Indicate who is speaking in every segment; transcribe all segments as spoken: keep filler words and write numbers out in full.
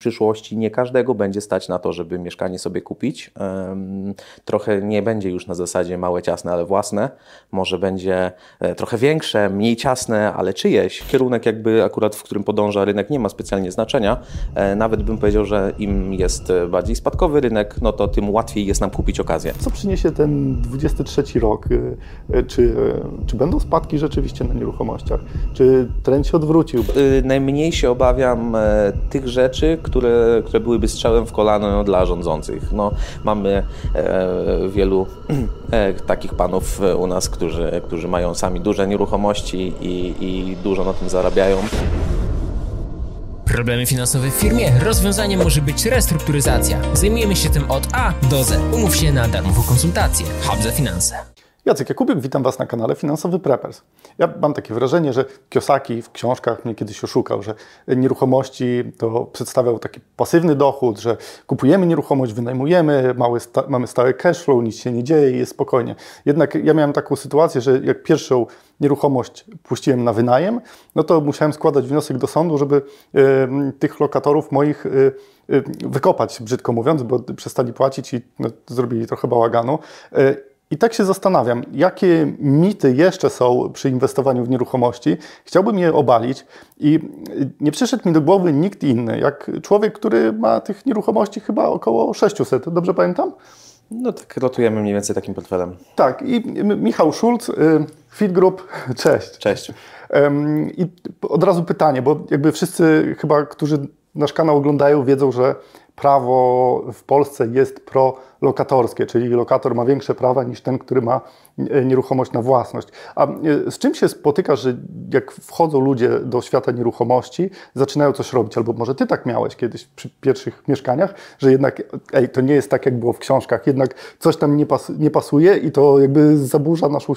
Speaker 1: przyszłości nie każdego będzie stać na to, żeby mieszkanie sobie kupić. Trochę nie będzie już na zasadzie małe, ciasne, ale własne. Może będzie trochę większe, mniej ciasne, ale czyjeś. Kierunek jakby akurat, w którym podąża rynek, nie ma specjalnie znaczenia. Nawet bym powiedział, że im jest bardziej spadkowy rynek, no to tym łatwiej jest nam kupić okazję.
Speaker 2: Co przyniesie ten dwudziesty trzeci rok? Czy, czy będą spadki rzeczywiście na nieruchomościach? Czy trend się odwrócił?
Speaker 1: Najmniej się obawiam tych rzeczy, które, które byłyby strzałem w kolano dla rządzących. No, mamy e, wielu e, takich panów u nas, którzy, którzy mają sami duże nieruchomości i, i dużo na tym zarabiają.
Speaker 3: Problemy finansowe w firmie? Rozwiązaniem może być restrukturyzacja. Zajmujemy się tym od A do Z. Umów się na darmową konsultację. Hub za finanse.
Speaker 2: Jacek Jakubik, witam Was na kanale Finansowy Preppers. Ja mam takie wrażenie, że Kiyosaki w książkach mnie kiedyś oszukał, że nieruchomości to przedstawiał taki pasywny dochód, że kupujemy nieruchomość, wynajmujemy, mały sta- mamy stały cash flow, nic się nie dzieje i jest spokojnie. Jednak ja miałem taką sytuację, że jak pierwszą nieruchomość puściłem na wynajem, no to musiałem składać wniosek do sądu, żeby y, tych lokatorów moich y, y, wykopać, brzydko mówiąc, bo przestali płacić i no, zrobili trochę bałaganu. Y, I tak się zastanawiam, jakie mity jeszcze są przy inwestowaniu w nieruchomości. Chciałbym je obalić i nie przyszedł mi do głowy nikt inny, jak człowiek, który ma tych nieruchomości chyba około sześćset. Dobrze pamiętam?
Speaker 1: No tak, rotujemy mniej więcej takim portfelem.
Speaker 2: Tak, i Michał Schulz, Fit Group, cześć.
Speaker 1: Cześć.
Speaker 2: I od razu pytanie, bo jakby wszyscy chyba, którzy nasz kanał oglądają, wiedzą, że prawo w Polsce jest prolokatorskie, czyli lokator ma większe prawa niż ten, który ma nieruchomość na własność. A z czym się spotykasz, że jak wchodzą ludzie do świata nieruchomości, zaczynają coś robić? Albo może Ty tak miałeś kiedyś przy pierwszych mieszkaniach, że jednak ej, to nie jest tak, jak było w książkach, jednak coś tam nie, pas, nie pasuje i to jakby zaburza naszą,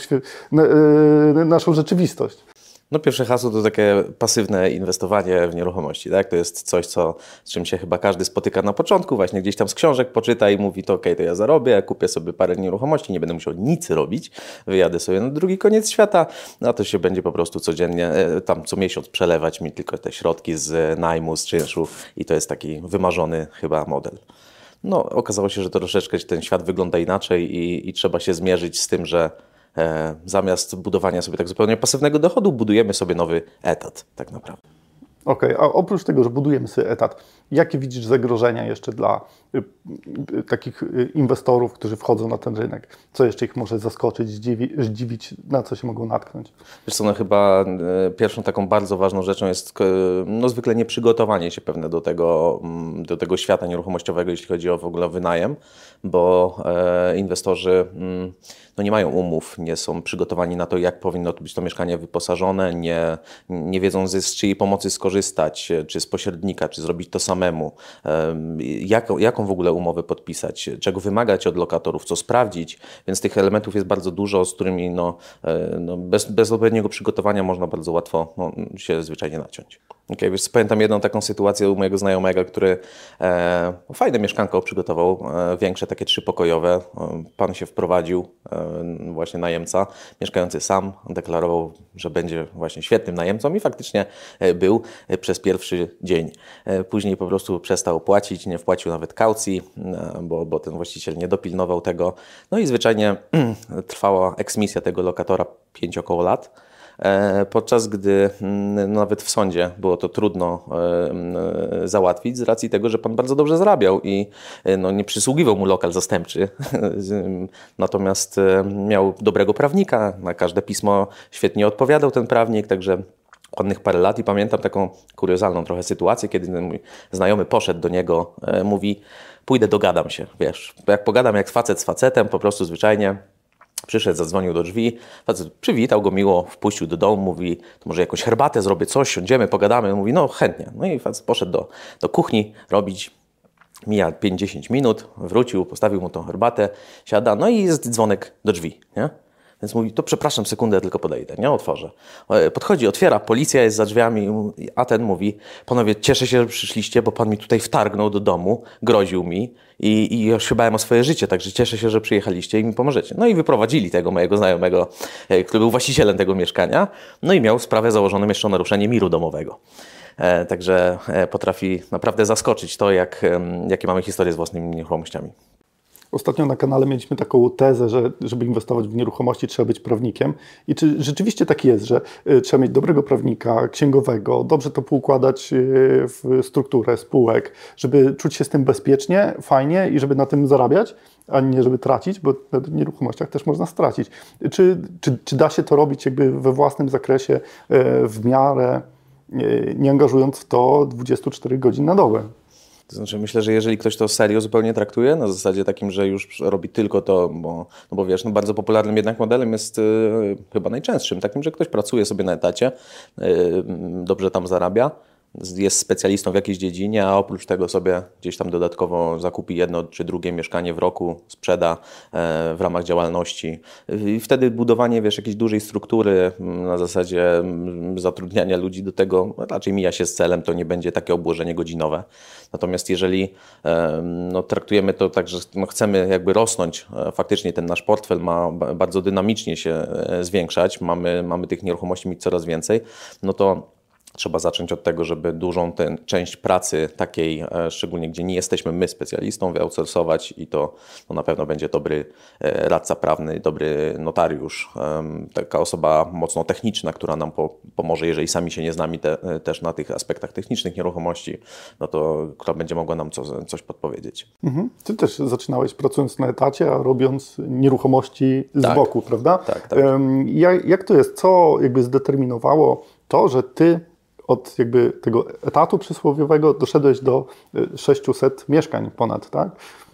Speaker 2: naszą rzeczywistość.
Speaker 1: No pierwsze hasło to takie pasywne inwestowanie w nieruchomości, tak? To jest coś, co, z czym się chyba każdy spotyka na początku, właśnie gdzieś tam z książek poczyta i mówi to okej, okay, to ja zarobię, kupię sobie parę nieruchomości, nie będę musiał nic robić, wyjadę sobie na drugi koniec świata, no to się będzie po prostu codziennie, tam co miesiąc przelewać mi tylko te środki z najmu, z czynszu i to jest taki wymarzony chyba model. No okazało się, że to troszeczkę ten świat wygląda inaczej i, i trzeba się zmierzyć z tym, że E, zamiast budowania sobie tak zupełnie pasywnego dochodu, budujemy sobie nowy etat tak naprawdę.
Speaker 2: Okej, okay, a oprócz tego, że budujemy sobie etat, jakie widzisz zagrożenia jeszcze dla y, y, takich y, inwestorów, którzy wchodzą na ten rynek? Co jeszcze ich może zaskoczyć, zdziwi, zdziwić, na co się mogą natknąć?
Speaker 1: Wiesz co, no chyba y, pierwszą taką bardzo ważną rzeczą jest y, no zwykle nieprzygotowanie się pewne do tego, y, do tego świata nieruchomościowego, jeśli chodzi o w ogóle wynajem, bo y, inwestorzy y, no nie mają umów, nie są przygotowani na to, jak powinno być to mieszkanie wyposażone, nie, nie wiedzą z czyjej pomocy skorzystać, czy z pośrednika, czy zrobić to samemu, jaką, jaką w ogóle umowę podpisać, czego wymagać od lokatorów, co sprawdzić, więc tych elementów jest bardzo dużo, z którymi no, no bez, bez odpowiedniego przygotowania można bardzo łatwo no, się zwyczajnie naciąć. Okay, wiesz, pamiętam jedną taką sytuację u mojego znajomego, który e, fajne mieszkanko przygotował, e, większe, takie trzypokojowe. E, pan się wprowadził, e, właśnie najemca, mieszkający sam, deklarował, że będzie właśnie świetnym najemcą i faktycznie e, był e, przez pierwszy dzień. E, później po prostu przestał płacić, nie wpłacił nawet kaucji, e, bo, bo ten właściciel nie dopilnował tego. No i zwyczajnie e, trwała eksmisja tego lokatora pięć około lat. Podczas gdy nawet w sądzie było to trudno załatwić z racji tego, że pan bardzo dobrze zarabiał i no, nie przysługiwał mu lokal zastępczy. Natomiast miał dobrego prawnika, na każde pismo świetnie odpowiadał ten prawnik, także ładnych parę lat i pamiętam taką kuriozalną trochę sytuację, kiedy mój znajomy poszedł do niego, mówi, pójdę dogadam się, wiesz, jak pogadam jak facet z facetem, po prostu zwyczajnie. Przyszedł, zadzwonił do drzwi, facet przywitał go miło, wpuścił do domu, mówi, to może jakąś herbatę zrobię, coś, siądziemy, pogadamy. Mówi, no chętnie. No i facet poszedł do, do kuchni robić, mija pięć dziesięć minut, wrócił, postawił mu tą herbatę, siada, no i jest dzwonek do drzwi, nie? Więc mówi, to przepraszam, sekundę, tylko podejdę, nie? Otworzę. Podchodzi, otwiera, policja jest za drzwiami, a ten mówi, panowie, cieszę się, że przyszliście, bo pan mi tutaj wtargnął do domu, groził mi i, i już się bałem o swoje życie, także cieszę się, że przyjechaliście i mi pomożecie. No i wyprowadzili tego mojego znajomego, który był właścicielem tego mieszkania, no i miał sprawę założoną jeszcze o naruszenie miru domowego. Także potrafi naprawdę zaskoczyć to, jak, jakie mamy historie z własnymi nieruchomościami.
Speaker 2: Ostatnio na kanale mieliśmy taką tezę, że żeby inwestować w nieruchomości trzeba być prawnikiem. I czy rzeczywiście tak jest, że trzeba mieć dobrego prawnika, księgowego, dobrze to poukładać w strukturę spółek, żeby czuć się z tym bezpiecznie, fajnie i żeby na tym zarabiać, a nie żeby tracić, bo w nieruchomościach też można stracić. Czy, czy, czy da się to robić jakby we własnym zakresie, w miarę, nie angażując w to dwadzieścia cztery godzin na dobę?
Speaker 1: To znaczy myślę, że jeżeli ktoś to serio zupełnie traktuje, na zasadzie takim, że już robi tylko to, bo, no bo wiesz, no bardzo popularnym jednak modelem jest yy, chyba najczęstszym, takim, że ktoś pracuje sobie na etacie, yy, dobrze tam zarabia, jest specjalistą w jakiejś dziedzinie, a oprócz tego sobie gdzieś tam dodatkowo zakupi jedno czy drugie mieszkanie w roku, sprzeda w ramach działalności. I wtedy budowanie, wiesz, jakiejś dużej struktury na zasadzie zatrudniania ludzi do tego raczej mija się z celem, to nie będzie takie obłożenie godzinowe. Natomiast jeżeli no, traktujemy to tak, że no, chcemy jakby rosnąć, faktycznie ten nasz portfel ma bardzo dynamicznie się zwiększać, mamy, mamy tych nieruchomości mieć coraz więcej, no to trzeba zacząć od tego, żeby dużą tę część pracy takiej, szczególnie gdzie nie jesteśmy my specjalistą, wyoutsourcować i to, to na pewno będzie dobry radca prawny, dobry notariusz, taka osoba mocno techniczna, która nam po, pomoże, jeżeli sami się nie znamy te, też na tych aspektach technicznych nieruchomości, no to która będzie mogła nam co, coś podpowiedzieć.
Speaker 2: Mhm. Ty też zaczynałeś pracując na etacie, a robiąc nieruchomości z
Speaker 1: tak.
Speaker 2: boku, prawda?
Speaker 1: Tak, tak.
Speaker 2: Jak, jak to jest? Co jakby zdeterminowało to, że ty od jakby tego etatu przysłowiowego doszedłeś do sześciuset mieszkań ponad, tak?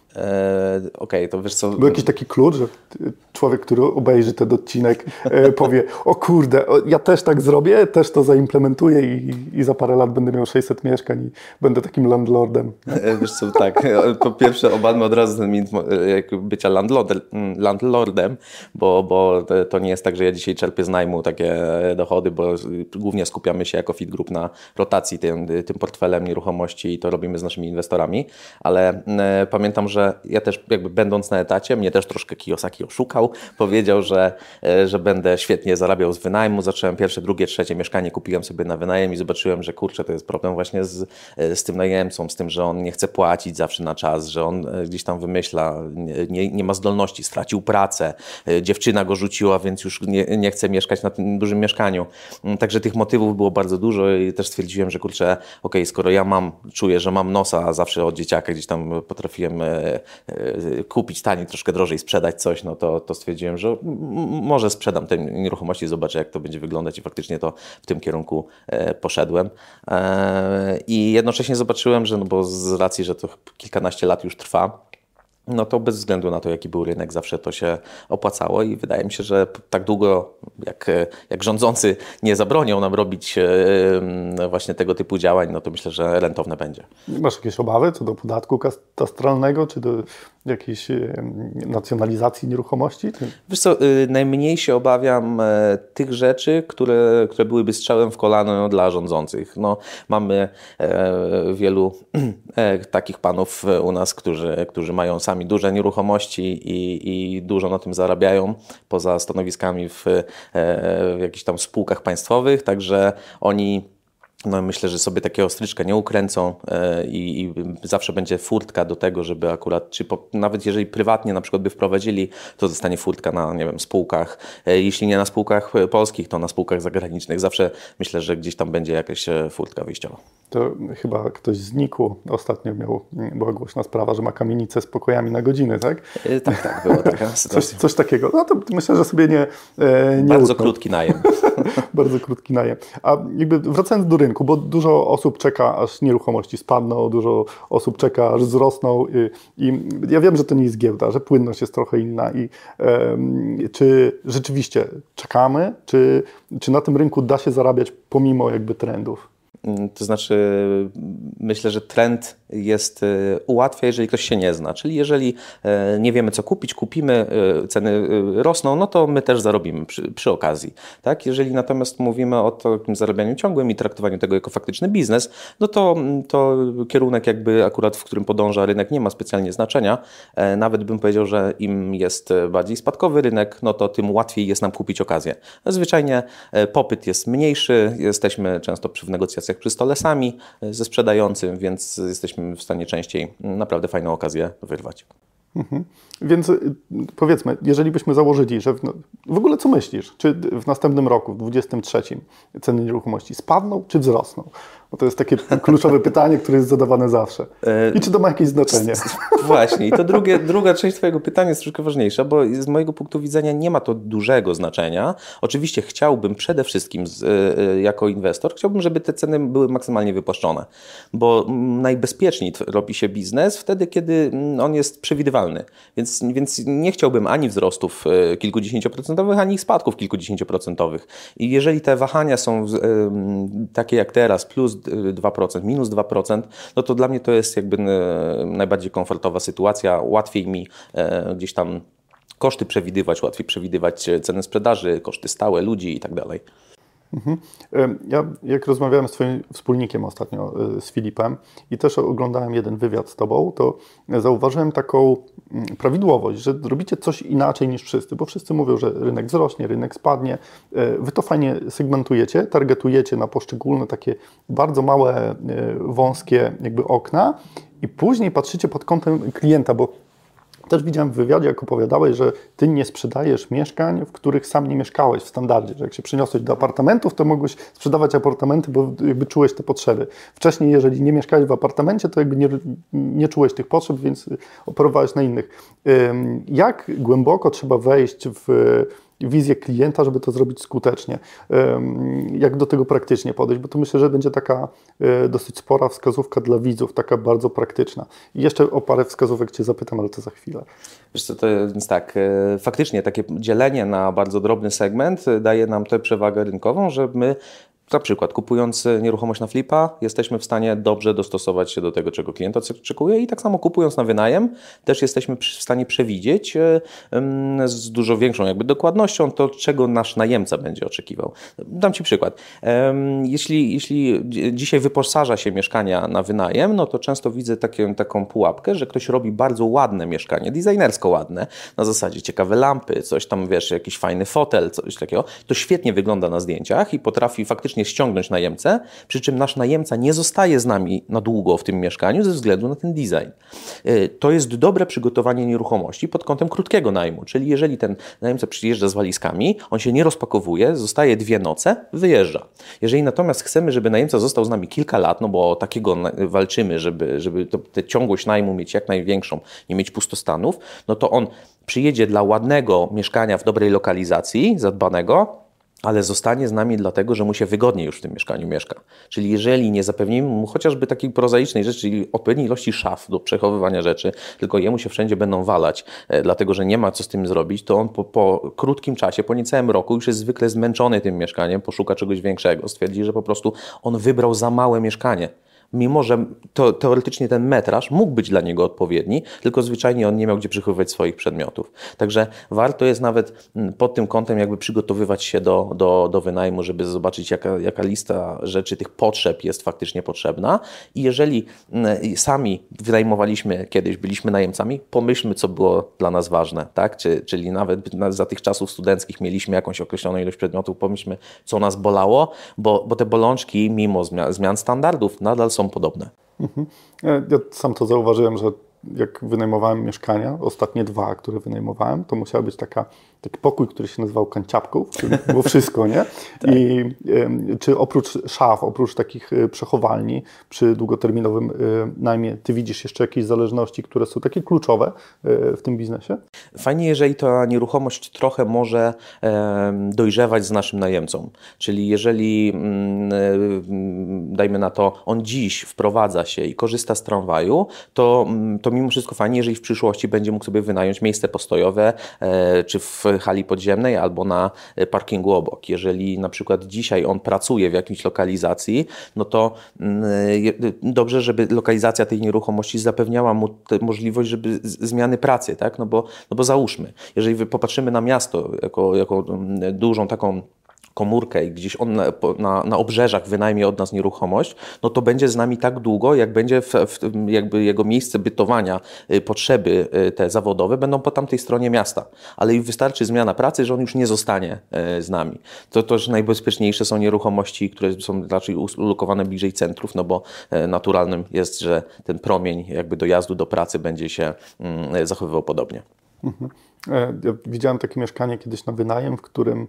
Speaker 1: Eee, Okej, okay, to wiesz co...
Speaker 2: Był jakiś taki klucz, że człowiek, który obejrzy ten odcinek, powie: o kurde, ja też tak zrobię, też to zaimplementuję i, i za parę lat będę miał sześćset mieszkań i będę takim landlordem.
Speaker 1: Wiesz co, tak, po pierwsze obalmy od razu ten mit bycia landlordem, landlordem bo, bo to nie jest tak, że ja dzisiaj czerpię z najmu takie dochody, bo głównie skupiamy się jako Fit Group na rotacji tym, tym portfelem nieruchomości i to robimy z naszymi inwestorami, ale pamiętam, że ja też jakby będąc na etacie, mnie też troszkę Kiyosaki oszukał, powiedział, że, że będę świetnie zarabiał z wynajmu, zacząłem pierwsze, drugie, trzecie mieszkanie, kupiłem sobie na wynajem i zobaczyłem, że kurczę, to jest problem właśnie z, z tym najemcą, z tym, że on nie chce płacić zawsze na czas, że on gdzieś tam wymyśla, nie, nie ma zdolności, stracił pracę, dziewczyna go rzuciła, więc już nie, nie chce mieszkać na tym dużym mieszkaniu. Także tych motywów było bardzo dużo i też stwierdziłem, że kurczę, okej, okay, skoro ja mam, czuję, że mam nosa, a zawsze od dzieciaka gdzieś tam potrafiłem kupić taniej, troszkę drożej, sprzedać coś, no to, to stwierdziłem, że może sprzedam te nieruchomości, zobaczę, jak to będzie wyglądać i faktycznie to w tym kierunku poszedłem. I jednocześnie zobaczyłem, że no bo z racji, że to kilkanaście lat już trwa, no to bez względu na to, jaki był rynek, zawsze to się opłacało i wydaje mi się, że tak długo jak, jak rządzący nie zabronią nam robić właśnie tego typu działań, no to myślę, że rentowne będzie.
Speaker 2: Masz jakieś obawy co do podatku katastralnego, czy do jakiejś nacjonalizacji nieruchomości?
Speaker 1: Wiesz co, najmniej się obawiam tych rzeczy, które, które byłyby strzałem w kolano dla rządzących. No, mamy wielu takich panów u nas, którzy, którzy mają sami duże nieruchomości i, i dużo na tym zarabiają poza stanowiskami w, w jakichś tam spółkach państwowych, także oni no myślę, że sobie takiego stryczka nie ukręcą i, i zawsze będzie furtka do tego, żeby akurat, czy po, nawet jeżeli prywatnie na przykład by wprowadzili, to zostanie furtka na, nie wiem, spółkach. Jeśli nie na spółkach polskich, to na spółkach zagranicznych. Zawsze myślę, że gdzieś tam będzie jakaś furtka wyjściowa.
Speaker 2: To chyba ktoś z niku ostatnio miał, była głośna sprawa, że ma kamienicę z pokojami na godzinę, tak?
Speaker 1: Tak, tak, była taka sytuacja.
Speaker 2: Coś, coś takiego. No to myślę, że sobie nie, nie
Speaker 1: Bardzo
Speaker 2: utknął.
Speaker 1: krótki najem.
Speaker 2: Bardzo krótki najem. A jakby wracając do rynku, bo dużo osób czeka, aż nieruchomości spadną, dużo osób czeka, aż wzrosną i, i ja wiem, że to nie jest giełda, że płynność jest trochę inna i um, czy rzeczywiście czekamy, czy, czy na tym rynku da się zarabiać pomimo jakby trendów?
Speaker 1: To znaczy, myślę, że trend jest ułatwia, jeżeli ktoś się nie zna. Czyli jeżeli nie wiemy, co kupić, kupimy, ceny rosną, no to my też zarobimy przy, przy okazji. Tak? Jeżeli natomiast mówimy o takim zarabianiu ciągłym i traktowaniu tego jako faktyczny biznes, no to, to kierunek jakby akurat, w którym podąża rynek, nie ma specjalnie znaczenia. Nawet bym powiedział, że im jest bardziej spadkowy rynek, no to tym łatwiej jest nam kupić okazję. Zwyczajnie popyt jest mniejszy, jesteśmy często przy w negocjacjach przy stole sami ze sprzedającym, więc jesteśmy w stanie częściej naprawdę fajną okazję wyrwać.
Speaker 2: Mhm. Więc powiedzmy, jeżeli byśmy założyli, że w, no, w ogóle co myślisz, czy w następnym roku, w dwudziestym trzecim ceny nieruchomości spadną czy wzrosną? Bo to jest takie kluczowe pytanie, które jest zadawane zawsze. I czy to ma jakieś znaczenie?
Speaker 1: Właśnie. I to drugie, druga część Twojego pytania jest troszkę ważniejsza, bo z mojego punktu widzenia nie ma to dużego znaczenia. Oczywiście chciałbym przede wszystkim z, jako inwestor, chciałbym, żeby te ceny były maksymalnie wypłaszczone, bo najbezpieczniej robi się biznes wtedy, kiedy on jest przewidywalny. Więc, więc nie chciałbym ani wzrostów kilkudziesięcioprocentowych, ani spadków kilkudziesięcioprocentowych. I jeżeli te wahania są takie jak teraz, plus dwa procent, minus dwa procent, no to dla mnie to jest jakby najbardziej komfortowa sytuacja. Łatwiej mi gdzieś tam koszty przewidywać, łatwiej przewidywać ceny sprzedaży, koszty stałe ludzi i tak dalej.
Speaker 2: Mhm. Ja jak rozmawiałem z Twoim wspólnikiem ostatnio, z Filipem i też oglądałem jeden wywiad z Tobą, to zauważyłem taką prawidłowość, że robicie coś inaczej niż wszyscy, bo wszyscy mówią, że rynek wzrośnie, rynek spadnie. Wy to fajnie segmentujecie, targetujecie na poszczególne takie bardzo małe, wąskie jakby okna i później patrzycie pod kątem klienta, bo też widziałem w wywiadzie, jak opowiadałeś, że Ty nie sprzedajesz mieszkań, w których sam nie mieszkałeś w standardzie, że jak się przeniosłeś do apartamentów, to mogłeś sprzedawać apartamenty, bo jakby czułeś te potrzeby. Wcześniej, jeżeli nie mieszkałeś w apartamencie, to jakby nie, nie czułeś tych potrzeb, więc operowałeś na innych. Jak głęboko trzeba wejść w wizję klienta, żeby to zrobić skutecznie? Jak do tego praktycznie podejść? Bo to myślę, że będzie taka dosyć spora wskazówka dla widzów, taka bardzo praktyczna. I jeszcze o parę wskazówek Cię zapytam, ale to za chwilę.
Speaker 1: Wiesz co, to jest tak, faktycznie takie dzielenie na bardzo drobny segment daje nam tę przewagę rynkową, że my na przykład kupując nieruchomość na flipa jesteśmy w stanie dobrze dostosować się do tego, czego klient oczekuje i tak samo kupując na wynajem też jesteśmy w stanie przewidzieć z dużo większą jakby dokładnością to, czego nasz najemca będzie oczekiwał. Dam Ci przykład. Jeśli, jeśli dzisiaj wyposaża się mieszkania na wynajem, no to często widzę takie, taką pułapkę, że ktoś robi bardzo ładne mieszkanie, designersko ładne, na zasadzie ciekawe lampy, coś tam, wiesz, jakiś fajny fotel, coś takiego. To świetnie wygląda na zdjęciach i potrafi faktycznie ściągnąć najemcę, przy czym nasz najemca nie zostaje z nami na długo w tym mieszkaniu ze względu na ten design. To jest dobre przygotowanie nieruchomości pod kątem krótkiego najmu, czyli jeżeli ten najemca przyjeżdża z walizkami, on się nie rozpakowuje, zostaje dwie noce, wyjeżdża. Jeżeli natomiast chcemy, żeby najemca został z nami kilka lat, no bo takiego walczymy, żeby, żeby tę ciągłość najmu mieć jak największą, nie mieć pustostanów, no to on przyjedzie dla ładnego mieszkania w dobrej lokalizacji, zadbanego, ale zostanie z nami dlatego, że mu się wygodniej już w tym mieszkaniu mieszka. Czyli jeżeli nie zapewnimy mu chociażby takiej prozaicznej rzeczy, czyli odpowiedniej ilości szaf do przechowywania rzeczy, tylko jemu się wszędzie będą walać, e, dlatego że nie ma co z tym zrobić, to on po, po krótkim czasie, po niecałym roku już jest zwykle zmęczony tym mieszkaniem, poszuka czegoś większego, stwierdzi, że po prostu on wybrał za małe mieszkanie. Mimo że to, teoretycznie ten metraż mógł być dla niego odpowiedni, tylko zwyczajnie on nie miał gdzie przechowywać swoich przedmiotów. Także warto jest nawet pod tym kątem jakby przygotowywać się do, do, do wynajmu, żeby zobaczyć jaka, jaka lista rzeczy, tych potrzeb jest faktycznie potrzebna i jeżeli sami wynajmowaliśmy kiedyś, byliśmy najemcami, pomyślmy co było dla nas ważne, tak? Czy, czyli nawet za tych czasów studenckich mieliśmy jakąś określoną ilość przedmiotów, pomyślmy co nas bolało, bo, bo te bolączki mimo zmian, zmian standardów nadal są podobne.
Speaker 2: Mhm. Ja sam to zauważyłem, że jak wynajmowałem mieszkania, ostatnie dwa, które wynajmowałem, to musiała być taka, taki pokój, który się nazywał kanciapką, czyli było wszystko, nie? Tak. I y, czy oprócz szaf, oprócz takich przechowalni przy długoterminowym y, najmie, Ty widzisz jeszcze jakieś zależności, które są takie kluczowe y, w tym biznesie?
Speaker 1: Fajnie, jeżeli ta nieruchomość trochę może y, dojrzewać z naszym najemcą. Czyli jeżeli, y, y, dajmy na to, on dziś wprowadza się i korzysta z tramwaju, to, to mimo wszystko fajnie, jeżeli w przyszłości będzie mógł sobie wynająć miejsce postojowe, e, czy w hali podziemnej, albo na parkingu obok. Jeżeli na przykład dzisiaj on pracuje w jakiejś lokalizacji, no to y, dobrze, żeby lokalizacja tej nieruchomości zapewniała mu możliwość, żeby z, zmiany pracy, tak? No bo, no bo załóżmy, jeżeli popatrzymy na miasto jako, jako dużą taką komórkę i gdzieś on na, na, na obrzeżach wynajmie od nas nieruchomość, no to będzie z nami tak długo, jak będzie w, w, jakby jego miejsce bytowania, potrzeby te zawodowe będą po tamtej stronie miasta. Ale wystarczy zmiana pracy, że on już nie zostanie z nami. To też najbezpieczniejsze są nieruchomości, które są raczej ulokowane bliżej centrów, no bo naturalnym jest, że ten promień jakby dojazdu do pracy będzie się zachowywał podobnie.
Speaker 2: Mhm. Ja widziałem takie mieszkanie kiedyś na wynajem, w którym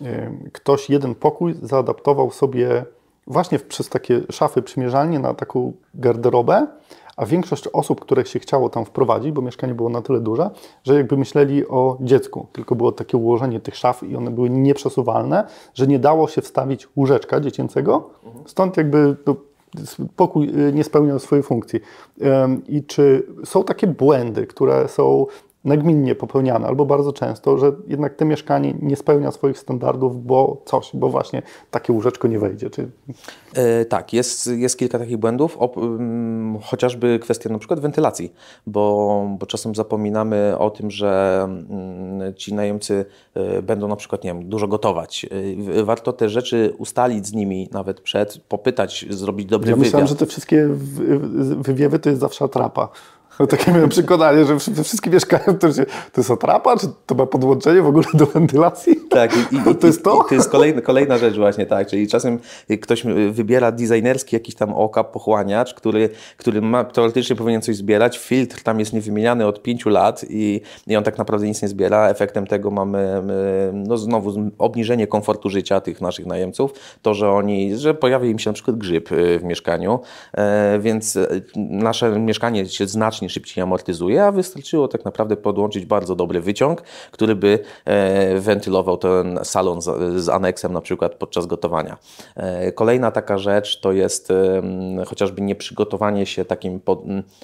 Speaker 2: ktoś jeden pokój zaadaptował sobie właśnie przez takie szafy przymierzalnie na taką garderobę, a większość osób, które się chciało tam wprowadzić, bo mieszkanie było na tyle duże, że jakby myśleli o dziecku, tylko było takie ułożenie tych szaf i one były nieprzesuwalne, że nie dało się wstawić łóżeczka dziecięcego, stąd jakby to pokój nie spełniał swojej funkcji. I czy są takie błędy, które są nagminnie popełniane, albo bardzo często, że jednak to mieszkanie nie spełnia swoich standardów, bo coś, bo właśnie takie łóżeczko nie wejdzie. Czy...
Speaker 1: E, tak, jest, jest kilka takich błędów, o, um, chociażby kwestia na przykład wentylacji, bo, bo czasem zapominamy o tym, że um, ci najemcy y, będą na przykład, nie wiem, dużo gotować. Y, warto te rzeczy ustalić z nimi nawet przed, popytać, zrobić dobry
Speaker 2: ja
Speaker 1: wywiad.
Speaker 2: Myślałem, że te wszystkie wywiewy to jest zawsze atrapa. No takie miałem przekonanie, że wszystkie mieszkają, to, się, to jest atrapa, czy to ma podłączenie w ogóle do wentylacji?
Speaker 1: Tak, i, i,
Speaker 2: to jest to?
Speaker 1: I, i to jest kolejna, kolejna rzecz właśnie, tak, czyli czasem ktoś wybiera designerski jakiś tam oka pochłaniacz, który, który ma, teoretycznie powinien coś zbierać, filtr tam jest niewymieniany od pięciu lat i, i on tak naprawdę nic nie zbiera. Efektem tego mamy no znowu obniżenie komfortu życia tych naszych najemców, to, że oni, że pojawi im się na przykład grzyb w mieszkaniu, e, więc nasze mieszkanie się znacznie szybciej amortyzuje, a wystarczyło tak naprawdę podłączyć bardzo dobry wyciąg, który by e, wentylował ten salon z, z aneksem na przykład podczas gotowania. E, kolejna taka rzecz to jest e, chociażby nieprzygotowanie się takim pod,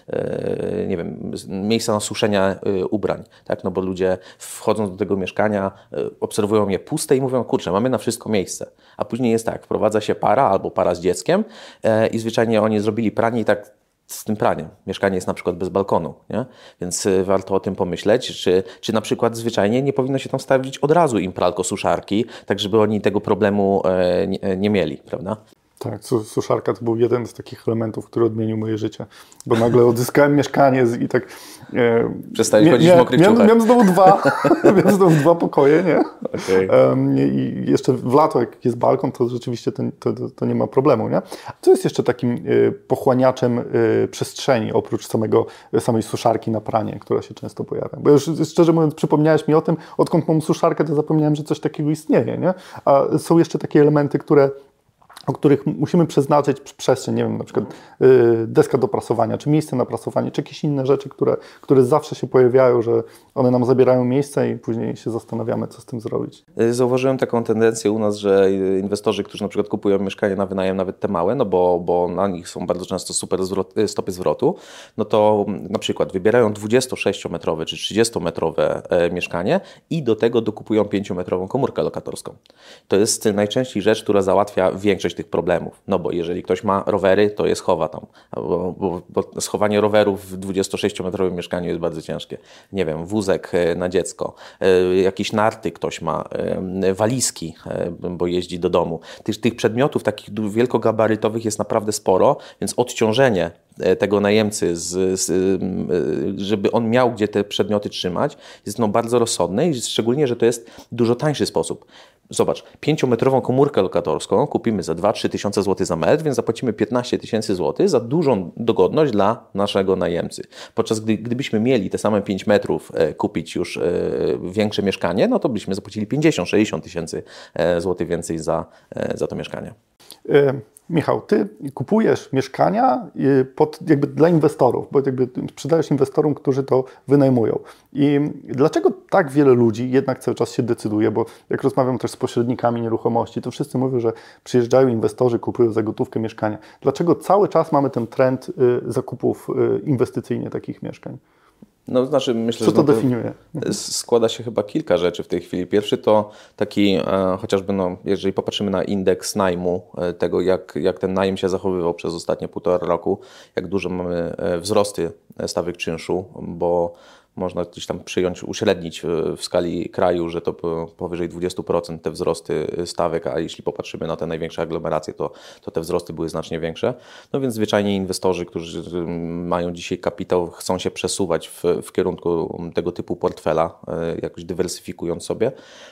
Speaker 1: e, nie wiem, miejsca na suszenie e, ubrań, tak? No bo ludzie wchodząc do tego mieszkania e, obserwują je puste i mówią, kurczę, mamy na wszystko miejsce. A później jest tak, wprowadza się para albo para z dzieckiem e, i zwyczajnie oni zrobili pranie i tak z tym praniem. Mieszkanie jest na przykład bez balkonu, nie? Więc warto o tym pomyśleć, czy, czy na przykład zwyczajnie nie powinno się tam stawić od razu im pralko-suszarki, tak żeby oni tego problemu e, nie, nie mieli, prawda?
Speaker 2: Tak, suszarka to był jeden z takich elementów, który odmienił moje życie, bo nagle odzyskałem mieszkanie i tak... E,
Speaker 1: Przestałeś chodzić w mokrych
Speaker 2: miałem,
Speaker 1: ciuchach.
Speaker 2: miałem znowu dwa, miałem znowu dwa pokoje, nie?
Speaker 1: Okay.
Speaker 2: Um, I jeszcze w lato, jak jest balkon, to rzeczywiście to, to, to nie ma problemu, nie? Co jest jeszcze takim y, pochłaniaczem y, przestrzeni, oprócz samego, samej suszarki na pranie, która się często pojawia? Bo już szczerze mówiąc, przypomniałeś mi o tym, odkąd mam suszarkę, to zapomniałem, że coś takiego istnieje, nie? A są jeszcze takie elementy, które o których musimy przeznaczyć przestrzeń, nie wiem, na przykład y, deska do prasowania, czy miejsce na prasowanie, czy jakieś inne rzeczy, które, które zawsze się pojawiają, że one nam zabierają miejsce i później się zastanawiamy, co z tym zrobić.
Speaker 1: Zauważyłem taką tendencję u nas, że inwestorzy, którzy na przykład kupują mieszkanie na wynajem, nawet te małe, no bo, bo na nich są bardzo często super zwrot, stopy zwrotu, no to na przykład wybierają dwudziestosześciometrowe czy trzydziestometrowe mieszkanie i do tego dokupują pięciometrową komórkę lokatorską. To jest najczęściej rzecz, która załatwia większość tych problemów. No bo jeżeli ktoś ma rowery, to je schowa tam. Bo, bo, bo schowanie rowerów w dwudziestosześciometrowym mieszkaniu jest bardzo ciężkie. Nie wiem, wózek na dziecko, jakieś narty ktoś ma, walizki, bo jeździ do domu. Tych, tych przedmiotów takich wielkogabarytowych jest naprawdę sporo, więc odciążenie tego najemcy, z, z, żeby on miał gdzie te przedmioty trzymać, jest no bardzo rozsądne i szczególnie, że to jest dużo tańszy sposób. Zobacz, pięciometrową komórkę lokatorską kupimy za dwa do trzech tysiące złotych za metr, więc zapłacimy piętnaście tysięcy złotych za dużą dogodność dla naszego najemcy. Podczas gdy gdybyśmy mieli te same pięć metrów e, kupić już e, większe mieszkanie, no to byśmy zapłacili pięćdziesiąt do sześćdziesięciu tysięcy złotych więcej za, e, za to mieszkanie.
Speaker 2: Michał, ty kupujesz mieszkania pod, jakby dla inwestorów, bo jakby sprzedajesz inwestorom, którzy to wynajmują. I dlaczego tak wiele ludzi jednak cały czas się decyduje, bo jak rozmawiam też z pośrednikami nieruchomości, to wszyscy mówią, że przyjeżdżają inwestorzy, kupują za gotówkę mieszkania. Dlaczego cały czas mamy ten trend zakupów inwestycyjnie takich mieszkań?
Speaker 1: No, znaczy, myślę,
Speaker 2: Co to
Speaker 1: że no,
Speaker 2: definiuje?
Speaker 1: Składa się chyba kilka rzeczy w tej chwili. Pierwszy to taki, e, chociażby, no, jeżeli popatrzymy na indeks najmu, e, tego jak, jak ten najem się zachowywał przez ostatnie półtora roku, jak duże mamy e, wzrosty stawek czynszu, bo można gdzieś tam przyjąć, uśrednić w, w skali kraju, że to powyżej dwadzieścia procent te wzrosty stawek, a jeśli popatrzymy na te największe aglomeracje, to, to te wzrosty były znacznie większe. No więc zwyczajnie inwestorzy, którzy mają dzisiaj kapitał, chcą się przesuwać w, w kierunku tego typu portfela, jakoś dywersyfikując sobie.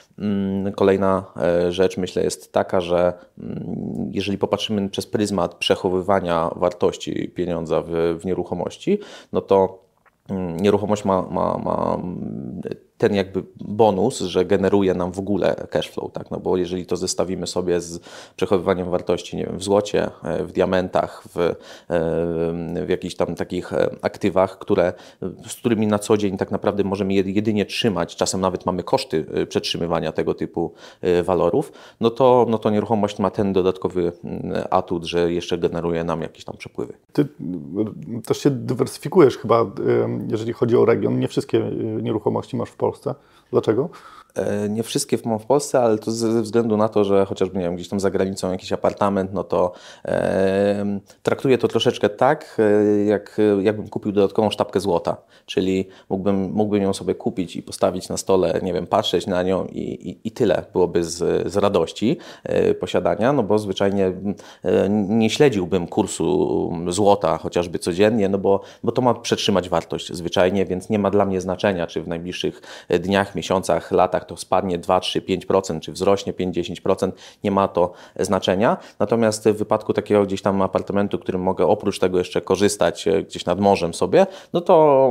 Speaker 1: Kolejna rzecz, myślę, jest taka, że jeżeli popatrzymy przez pryzmat przechowywania wartości pieniądza w, w nieruchomości, no to nieruchomość ma, ma, ma ten jakby bonus, że generuje nam w ogóle cash flow, tak? No bo jeżeli to zestawimy sobie z przechowywaniem wartości, nie wiem, w złocie, w diamentach, w, w jakichś tam takich aktywach, które, z którymi na co dzień tak naprawdę możemy jedynie trzymać, czasem nawet mamy koszty przetrzymywania tego typu walorów, no to, no to nieruchomość ma ten dodatkowy atut, że jeszcze generuje nam jakieś tam przepływy.
Speaker 2: Ty też się dywersyfikujesz chyba, jeżeli chodzi o region. Nie wszystkie nieruchomości masz w Polsce. Dlaczego?
Speaker 1: Nie wszystkie mam w Polsce, ale to ze względu na to, że chociażby nie wiem, gdzieś tam za granicą jakiś apartament, no to e, traktuję to troszeczkę tak, jak, jakbym kupił dodatkową sztabkę złota. Czyli mógłbym, mógłbym ją sobie kupić i postawić na stole, nie wiem, patrzeć na nią i, i, i tyle byłoby z, z radości e, posiadania, no bo zwyczajnie e, nie śledziłbym kursu złota chociażby codziennie, no bo, bo to ma przetrzymać wartość zwyczajnie, więc nie ma dla mnie znaczenia, czy w najbliższych dniach, miesiącach, latach to spadnie dwa, trzy, pięć procent, czy wzrośnie pięć do dziesięciu procent, nie ma to znaczenia. Natomiast w wypadku takiego gdzieś tam apartamentu, którym mogę oprócz tego jeszcze korzystać gdzieś nad morzem sobie, no to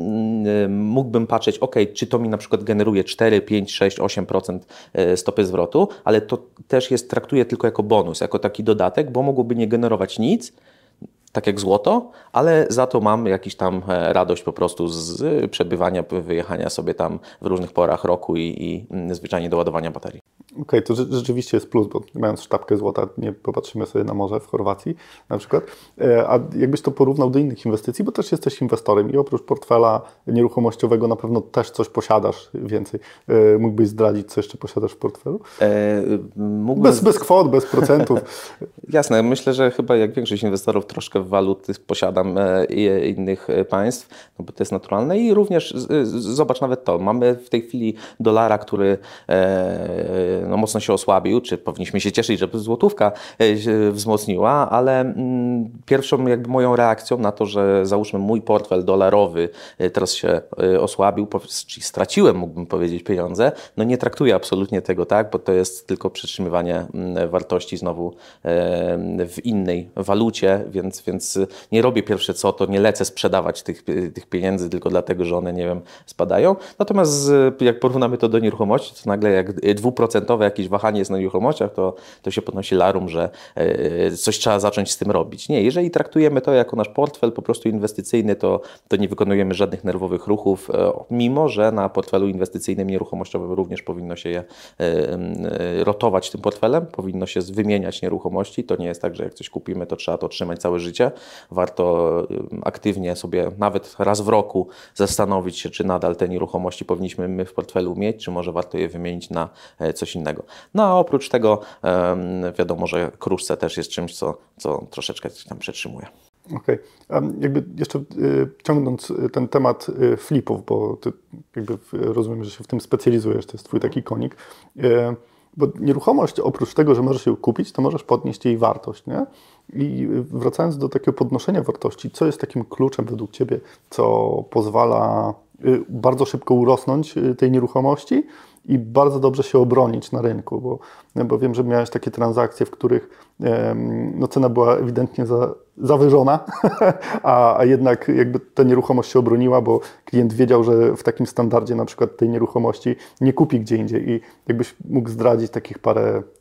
Speaker 1: mógłbym patrzeć, ok, czy to mi na przykład generuje cztery, pięć, sześć, osiem procent stopy zwrotu, ale to też jest, traktuję tylko jako bonus, jako taki dodatek, bo mogłoby nie generować nic, tak jak złoto, ale za to mam jakiś tam radość po prostu z przebywania, wyjechania sobie tam w różnych porach roku i, i zwyczajnie doładowania baterii.
Speaker 2: Okej, okay, to rzeczywiście jest plus, bo mając sztabkę złota nie popatrzymy sobie na morze w Chorwacji na przykład. A jakbyś to porównał do innych inwestycji, bo też jesteś inwestorem i oprócz portfela nieruchomościowego na pewno też coś posiadasz więcej. Mógłbyś zdradzić, co jeszcze posiadasz w portfelu? E, mógłbym... bez, bez kwot, bez procentów.
Speaker 1: Jasne, myślę, że chyba jak większość inwestorów troszkę waluty posiadam innych państw, no bo to jest naturalne i również zobacz nawet to, mamy w tej chwili dolara, który no, mocno się osłabił, czy powinniśmy się cieszyć, że złotówka się wzmocniła, ale pierwszą jakby moją reakcją na to, że załóżmy mój portfel dolarowy teraz się osłabił, czyli straciłem, mógłbym powiedzieć, pieniądze, no nie traktuję absolutnie tego tak, bo to jest tylko przetrzymywanie wartości znowu w innej walucie, więc, więc nie robię pierwsze co, to nie lecę sprzedawać tych, tych pieniędzy tylko dlatego, że one, nie wiem, spadają. Natomiast jak porównamy to do nieruchomości, to nagle jak dwuprocentowe jakieś wahanie jest na nieruchomościach, to, to się podnosi larum, że coś trzeba zacząć z tym robić. Nie, jeżeli traktujemy to jako nasz portfel po prostu inwestycyjny, to, to nie wykonujemy żadnych nerwowych ruchów, mimo że na portfelu inwestycyjnym nieruchomościowym również powinno się je rotować tym portfelem, powinno się wymieniać nieruchomości. To nie jest tak, że jak coś kupimy, to trzeba to trzymać całe życie. Warto aktywnie sobie nawet raz w roku zastanowić się, czy nadal te nieruchomości powinniśmy my w portfelu mieć, czy może warto je wymienić na coś innego. No a oprócz tego wiadomo, że kruszce też jest czymś, co, co troszeczkę tam przetrzymuje.
Speaker 2: Okej. Okay. Jakby jeszcze y, ciągnąc ten temat y, flipów, bo ty jakby rozumiem, że się w tym specjalizujesz, to jest twój taki konik. Y, Bo nieruchomość, oprócz tego, że możesz ją kupić, to możesz podnieść jej wartość, nie? I wracając do takiego podnoszenia wartości, co jest takim kluczem według Ciebie, co pozwala bardzo szybko urosnąć tej nieruchomości i bardzo dobrze się obronić na rynku, bo, bo wiem, że miałeś takie transakcje, w których no, cena była ewidentnie za, zawyżona, a, a jednak jakby ta nieruchomość się obroniła, bo klient wiedział, że w takim standardzie na przykład tej nieruchomości nie kupi gdzie indziej i jakbyś mógł zdradzić takich parę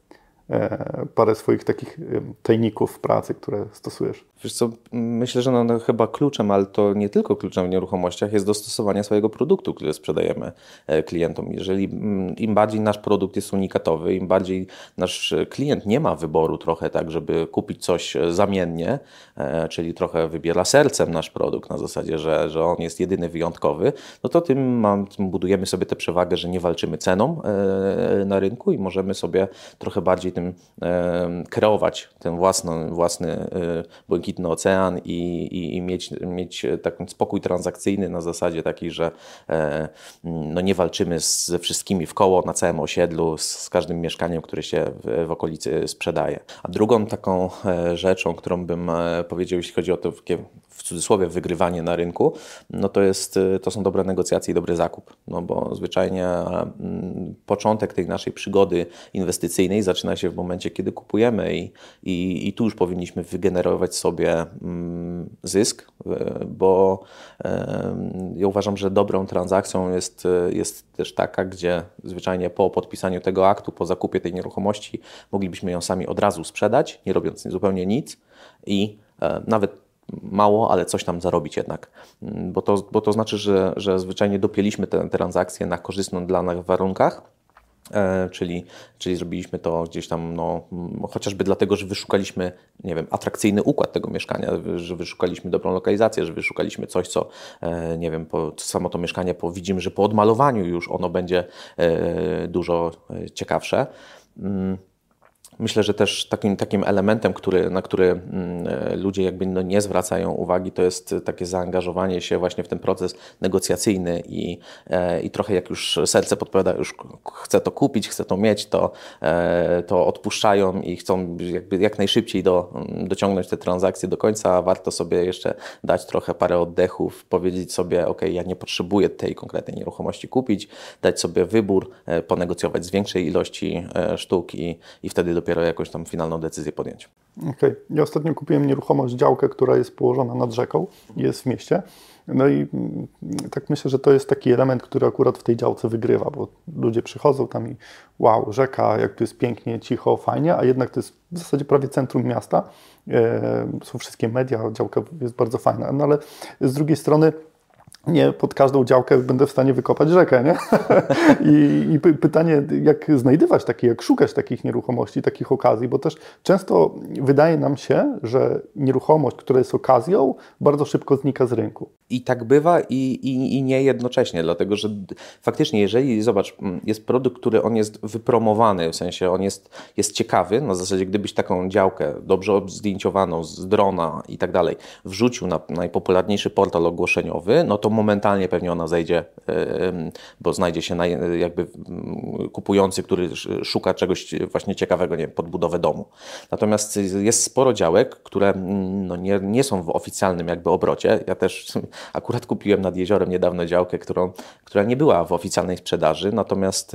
Speaker 2: parę swoich takich tajników w pracy, które stosujesz?
Speaker 1: Wiesz co, myślę, że no, no, chyba kluczem, ale to nie tylko kluczem w nieruchomościach jest dostosowanie swojego produktu, który sprzedajemy klientom. Jeżeli im bardziej nasz produkt jest unikatowy, im bardziej nasz klient nie ma wyboru trochę tak, żeby kupić coś zamiennie, czyli trochę wybiera sercem nasz produkt na zasadzie, że, że on jest jedyny, wyjątkowy, no to tym, mam, tym budujemy sobie tę przewagę, że nie walczymy ceną na rynku i możemy sobie trochę bardziej tym kreować ten własny, własny błękitny ocean i, i, i mieć, mieć taki spokój transakcyjny na zasadzie takiej, że no nie walczymy ze wszystkimi w koło na całym osiedlu, z, z każdym mieszkaniem, które się w, w okolicy sprzedaje. A drugą taką rzeczą, którą bym powiedział, jeśli chodzi o to w cudzysłowie wygrywanie na rynku, no to, jest, to są dobre negocjacje i dobry zakup. No bo zwyczajnie początek tej naszej przygody inwestycyjnej zaczyna się w momencie, kiedy kupujemy i, i, i tu już powinniśmy wygenerować sobie zysk, bo ja uważam, że dobrą transakcją jest, jest też taka, gdzie zwyczajnie po podpisaniu tego aktu, po zakupie tej nieruchomości moglibyśmy ją sami od razu sprzedać, nie robiąc zupełnie nic i nawet mało, ale coś tam zarobić jednak, bo to, bo to znaczy, że, że zwyczajnie dopięliśmy tę transakcję na korzystną dla nas warunkach, e, czyli, czyli zrobiliśmy to gdzieś tam, no, chociażby dlatego, że wyszukaliśmy, nie wiem, atrakcyjny układ tego mieszkania, że wyszukaliśmy dobrą lokalizację, że wyszukaliśmy coś, co, e, nie wiem, po, samo to mieszkanie, po, widzimy, że po odmalowaniu już ono będzie e, dużo ciekawsze. Mm. Myślę, że też takim, takim elementem, który, na który ludzie jakby no nie zwracają uwagi, to jest takie zaangażowanie się właśnie w ten proces negocjacyjny i, i trochę jak już serce podpowiada, już chcę to kupić, chcę to mieć, to, to odpuszczają i chcą jakby jak najszybciej do, dociągnąć te transakcje do końca, a warto sobie jeszcze dać trochę parę oddechów, powiedzieć sobie, ok, ja nie potrzebuję tej konkretnej nieruchomości kupić, dać sobie wybór, ponegocjować z większej ilości sztuk i, i wtedy dopiero dopiero jakąś tam finalną decyzję podjąć.
Speaker 2: Okej. Okay. Ja ostatnio kupiłem nieruchomość, działkę, która jest położona nad rzeką, jest w mieście. No i tak myślę, że to jest taki element, który akurat w tej działce wygrywa, bo ludzie przychodzą tam i wow, rzeka, jak tu jest pięknie, cicho, fajnie, a jednak to jest w zasadzie prawie centrum miasta. E, są wszystkie media, działka jest bardzo fajna, no ale z drugiej strony nie pod każdą działkę będę w stanie wykopać rzekę, nie? I, I pytanie, jak znajdywać takie, jak szukać takich nieruchomości, takich okazji, bo też często wydaje nam się, że nieruchomość, która jest okazją, bardzo szybko znika z rynku.
Speaker 1: I tak bywa i, i, i nie jednocześnie, dlatego że faktycznie, jeżeli, zobacz, jest produkt, który on jest wypromowany, w sensie on jest, jest ciekawy, na zasadzie gdybyś taką działkę dobrze zdjęciowaną z drona i tak dalej wrzucił na najpopularniejszy portal ogłoszeniowy, no to momentalnie pewnie ona zejdzie, bo znajdzie się jakby kupujący, który szuka czegoś właśnie ciekawego, nie wiem, pod budowę domu. Natomiast jest sporo działek, które no nie, nie są w oficjalnym jakby obrocie. Ja też akurat kupiłem nad jeziorem niedawno działkę, którą, która nie była w oficjalnej sprzedaży, natomiast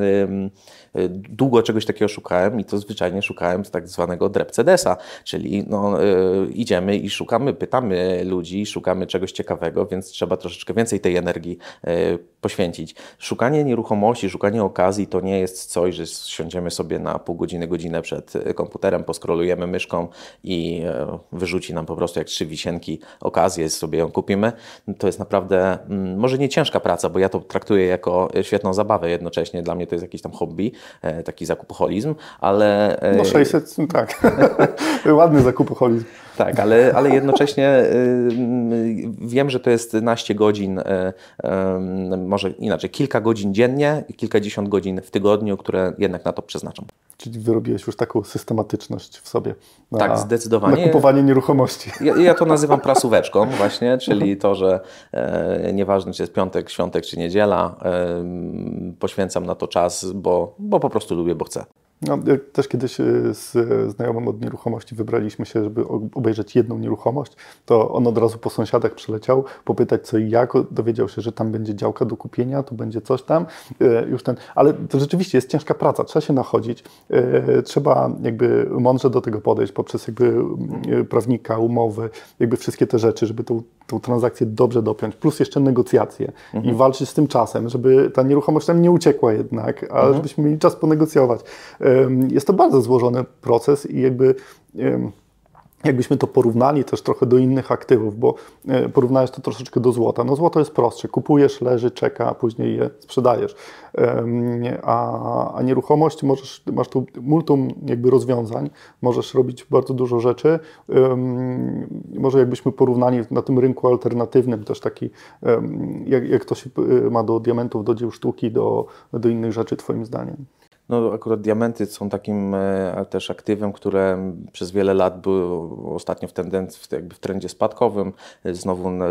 Speaker 1: długo czegoś takiego szukałem i to zwyczajnie szukałem z tak zwanego drepcedesa, czyli no, idziemy i szukamy, pytamy ludzi, szukamy czegoś ciekawego, więc trzeba troszeczkę więcej tej energii poświęcić. Szukanie nieruchomości, szukanie okazji to nie jest coś, że siądziemy sobie na pół godziny, godzinę przed komputerem, poskrolujemy myszką i wyrzuci nam po prostu jak trzy wisienki okazję, sobie ją kupimy. To jest naprawdę może nie ciężka praca, bo ja to traktuję jako świetną zabawę jednocześnie. Dla mnie to jest jakiś tam hobby, taki zakupoholizm, ale...
Speaker 2: No sześćset, tak. Ładny zakupoholizm.
Speaker 1: Tak, ale, ale jednocześnie y, wiem, że to jest naście godzin, y, y, może inaczej, kilka godzin dziennie i kilkadziesiąt godzin w tygodniu, które jednak na to przeznaczam.
Speaker 2: Czyli wyrobiłeś już taką systematyczność w sobie na,
Speaker 1: tak, zdecydowanie.
Speaker 2: na kupowanie nieruchomości.
Speaker 1: Ja, ja to nazywam prasóweczką właśnie, czyli to, że e, nieważne czy jest piątek, świątek czy niedziela, e, poświęcam na to czas, bo, bo po prostu lubię, bo chcę.
Speaker 2: No, też kiedyś z znajomym od nieruchomości wybraliśmy się, żeby obejrzeć jedną nieruchomość, to on od razu po sąsiadach przyleciał, popytać co i jak, dowiedział się, że tam będzie działka do kupienia, tu będzie coś tam, już ten, ale to rzeczywiście jest ciężka praca, trzeba się nachodzić, trzeba jakby mądrze do tego podejść poprzez jakby prawnika, umowy, jakby wszystkie te rzeczy, żeby tą tą transakcję dobrze dopiąć, plus jeszcze negocjacje
Speaker 1: mhm.
Speaker 2: i walczyć z tym czasem, żeby ta nieruchomość nam nie uciekła jednak, a mhm. żebyśmy mieli czas ponegocjować. Jest to bardzo złożony proces i jakby jakbyśmy to porównali też trochę do innych aktywów, bo porównałeś to troszeczkę do złota. No złoto jest prostsze. Kupujesz, leży, czeka, a później je sprzedajesz. A, a nieruchomość możesz, masz tu multum jakby rozwiązań, możesz robić bardzo dużo rzeczy. Może jakbyśmy porównali na tym rynku alternatywnym też taki, jak, jak to się ma do diamentów, do dzieł sztuki, do, do innych rzeczy twoim zdaniem?
Speaker 1: No akurat diamenty są takim e, też aktywem, które przez wiele lat były ostatnio w, tendencji, w, jakby w trendzie spadkowym. Znowu e,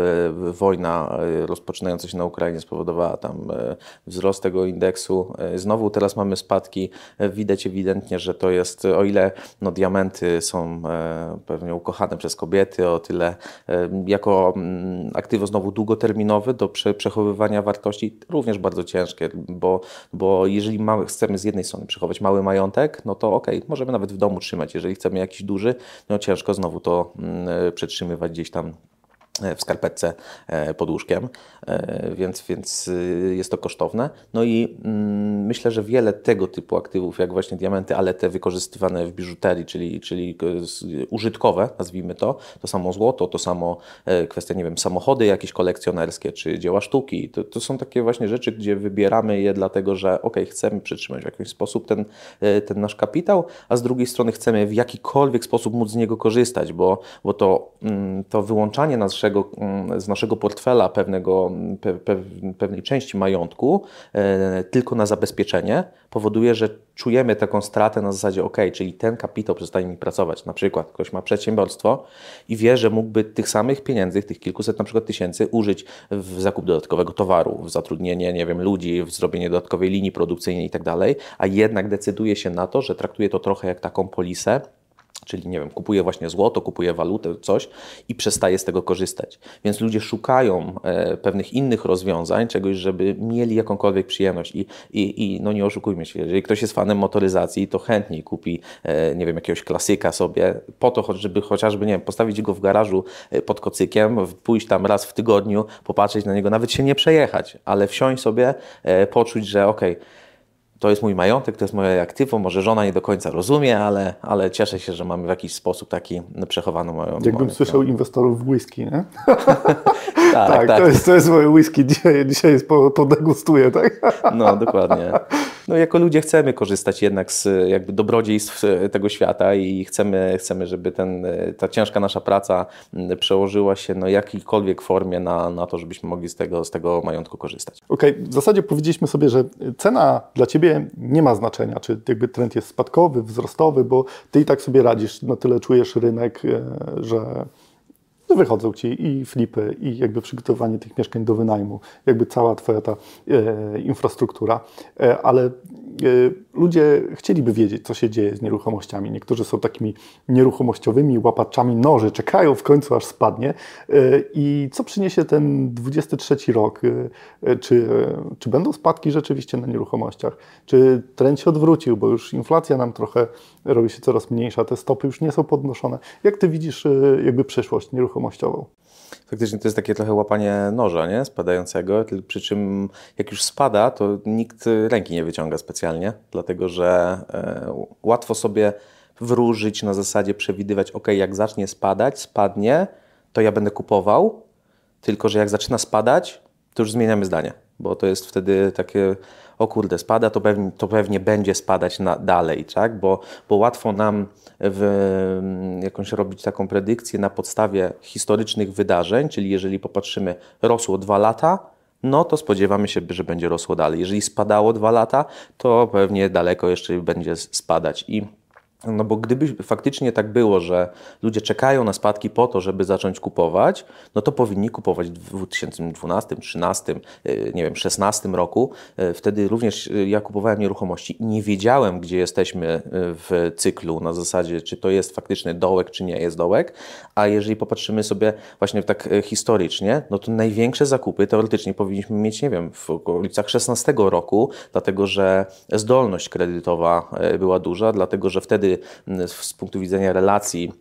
Speaker 1: wojna e, rozpoczynająca się na Ukrainie spowodowała tam e, wzrost tego indeksu. E, znowu teraz mamy spadki. E, widać ewidentnie, że to jest, o ile no, diamenty są e, pewnie ukochane przez kobiety, o tyle e, jako m, aktywo znowu długoterminowe do prze, przechowywania wartości również bardzo ciężkie, bo, bo jeżeli mamy, chcemy z jednej strony przechować mały majątek, no to okej, okay, możemy nawet w domu trzymać. Jeżeli chcemy jakiś duży, no ciężko znowu to mm, przetrzymywać gdzieś tam w skarpetce pod łóżkiem, więc, więc jest to kosztowne. No i mm, myślę, że wiele tego typu aktywów, jak właśnie diamenty, ale te wykorzystywane w biżuterii, czyli, czyli użytkowe, nazwijmy to, to samo złoto, to samo kwestie, nie wiem, samochody jakieś kolekcjonerskie, czy dzieła sztuki, to, to są takie właśnie rzeczy, gdzie wybieramy je dlatego, że ok, chcemy przytrzymać w jakiś sposób ten, ten nasz kapitał, a z drugiej strony chcemy w jakikolwiek sposób móc z niego korzystać, bo, bo to, to wyłączanie nas z naszego portfela pewnego, pe, pe, pewnej części majątku e, tylko na zabezpieczenie powoduje, że czujemy taką stratę na zasadzie ok, czyli ten kapitał przestaje mi pracować. Na przykład ktoś ma przedsiębiorstwo i wie, że mógłby tych samych pieniędzy, tych kilkuset na przykład tysięcy użyć w zakup dodatkowego towaru, w zatrudnienie, nie wiem, ludzi, w zrobienie dodatkowej linii produkcyjnej i tak dalej, a jednak decyduje się na to, że traktuje to trochę jak taką polisę, czyli nie wiem, kupuje właśnie złoto, kupuje walutę, coś i przestaje z tego korzystać. Więc ludzie szukają e, pewnych innych rozwiązań, czegoś, żeby mieli jakąkolwiek przyjemność i, i, i no nie oszukujmy się, jeżeli ktoś jest fanem motoryzacji, to chętniej kupi, e, nie wiem, jakiegoś klasyka sobie po to, żeby chociażby, nie wiem, postawić go w garażu pod kocykiem, pójść tam raz w tygodniu, popatrzeć na niego, nawet się nie przejechać, ale wsiąść sobie, e, poczuć, że okej, okay, to jest mój majątek, to jest moje aktywo, może żona nie do końca rozumie, ale, ale cieszę się, że mamy w jakiś sposób taki przechowany moją...
Speaker 2: Jakbym słyszał inwestorów w whisky, nie?
Speaker 1: tak,
Speaker 2: tak,
Speaker 1: tak.
Speaker 2: To jest, to jest moje whisky, dzisiaj, dzisiaj jest po, podegustuję, tak?
Speaker 1: No, dokładnie. No, jako ludzie chcemy korzystać jednak z jakby dobrodziejstw tego świata i chcemy, chcemy żeby ten, ta ciężka nasza praca przełożyła się no, w jakiejkolwiek formie na, na to, żebyśmy mogli z tego, z tego majątku korzystać.
Speaker 2: Okej, okay. W zasadzie powiedzieliśmy sobie, że cena dla Ciebie nie ma znaczenia, czy jakby trend jest spadkowy, wzrostowy, bo Ty i tak sobie radzisz, na tyle czujesz rynek, że wychodzą Ci i flipy, i jakby przygotowanie tych mieszkań do wynajmu, jakby cała Twoja ta e, infrastruktura, e, ale e, ludzie chcieliby wiedzieć, co się dzieje z nieruchomościami. Niektórzy są takimi nieruchomościowymi łapaczami noży, czekają w końcu, aż spadnie. E, I co przyniesie ten dwudziesty trzeci rok? E, czy, e, czy będą spadki rzeczywiście na nieruchomościach? Czy trend się odwrócił, bo już inflacja nam trochę robi się coraz mniejsza, te stopy już nie są podnoszone. Jak Ty widzisz e, jakby przyszłość nieruchomościową?
Speaker 1: Faktycznie to jest takie trochę łapanie noża, nie? Spadającego, przy czym jak już spada, to nikt ręki nie wyciąga specjalnie, dlatego że e, łatwo sobie wróżyć na zasadzie przewidywać, ok, jak zacznie spadać, spadnie, to ja będę kupował, tylko że jak zaczyna spadać, to już zmieniamy zdanie, bo to jest wtedy takie, o kurde, spada, to pewnie, to pewnie będzie spadać na, dalej, tak? Bo, bo łatwo nam w, jakąś robić taką predykcję na podstawie historycznych wydarzeń, czyli jeżeli popatrzymy, rosło dwa lata, no to spodziewamy się, że będzie rosło dalej. Jeżeli spadało dwa lata, to pewnie daleko jeszcze będzie spadać. I no bo gdyby faktycznie tak było, że ludzie czekają na spadki po to, żeby zacząć kupować, no to powinni kupować w dwa tysiące dwunastym, trzynastym, nie wiem, szesnastym roku. Wtedy również ja kupowałem nieruchomości i nie wiedziałem, gdzie jesteśmy w cyklu na zasadzie, czy to jest faktyczny dołek, czy nie jest dołek. A jeżeli popatrzymy sobie właśnie tak historycznie, no to największe zakupy teoretycznie powinniśmy mieć, nie wiem, w okolicach szesnastego roku, dlatego że zdolność kredytowa była duża, dlatego że wtedy z punktu widzenia relacji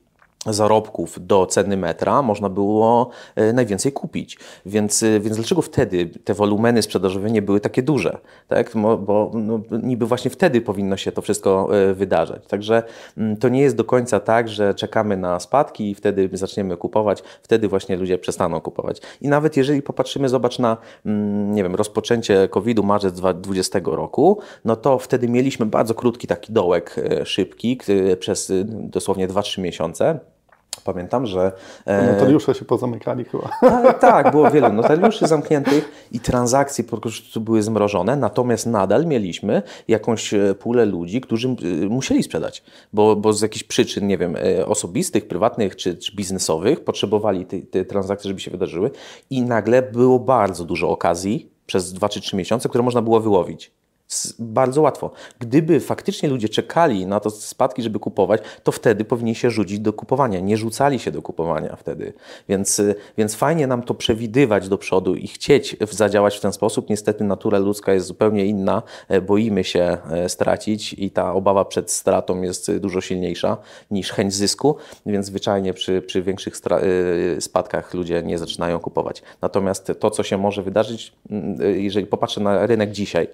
Speaker 1: zarobków do ceny metra można było najwięcej kupić. Więc, więc dlaczego wtedy te wolumeny sprzedażowe nie były takie duże? Tak? Bo no, niby właśnie wtedy powinno się to wszystko wydarzać. Także to nie jest do końca tak, że czekamy na spadki i wtedy zaczniemy kupować, wtedy właśnie ludzie przestaną kupować. I nawet jeżeli popatrzymy, zobacz na nie wiem, rozpoczęcie kowida, marzec dwa tysiące dwudziestego roku, no to wtedy mieliśmy bardzo krótki taki dołek szybki przez dosłownie dwa trzy miesiące. Pamiętam, że...
Speaker 2: E... Notariusze się pozamykali chyba.
Speaker 1: Tak, tak, było wielu notariuszy zamkniętych i transakcje po prostu były zmrożone, natomiast nadal mieliśmy jakąś pulę ludzi, którzy musieli sprzedać, bo, bo z jakichś przyczyn, nie wiem, osobistych, prywatnych czy, czy biznesowych potrzebowali te, te transakcje, żeby się wydarzyły i nagle było bardzo dużo okazji przez dwa czy trzy miesiące, które można było wyłowić. Bardzo łatwo. Gdyby faktycznie ludzie czekali na to spadki, żeby kupować, to wtedy powinni się rzucić do kupowania. Nie rzucali się do kupowania wtedy. Więc, więc fajnie nam to przewidywać do przodu i chcieć zadziałać w ten sposób. Niestety natura ludzka jest zupełnie inna. Boimy się stracić i ta obawa przed stratą jest dużo silniejsza niż chęć zysku, więc zwyczajnie przy, przy większych spadkach ludzie nie zaczynają kupować. Natomiast to, co się może wydarzyć, jeżeli popatrzę na rynek dzisiaj,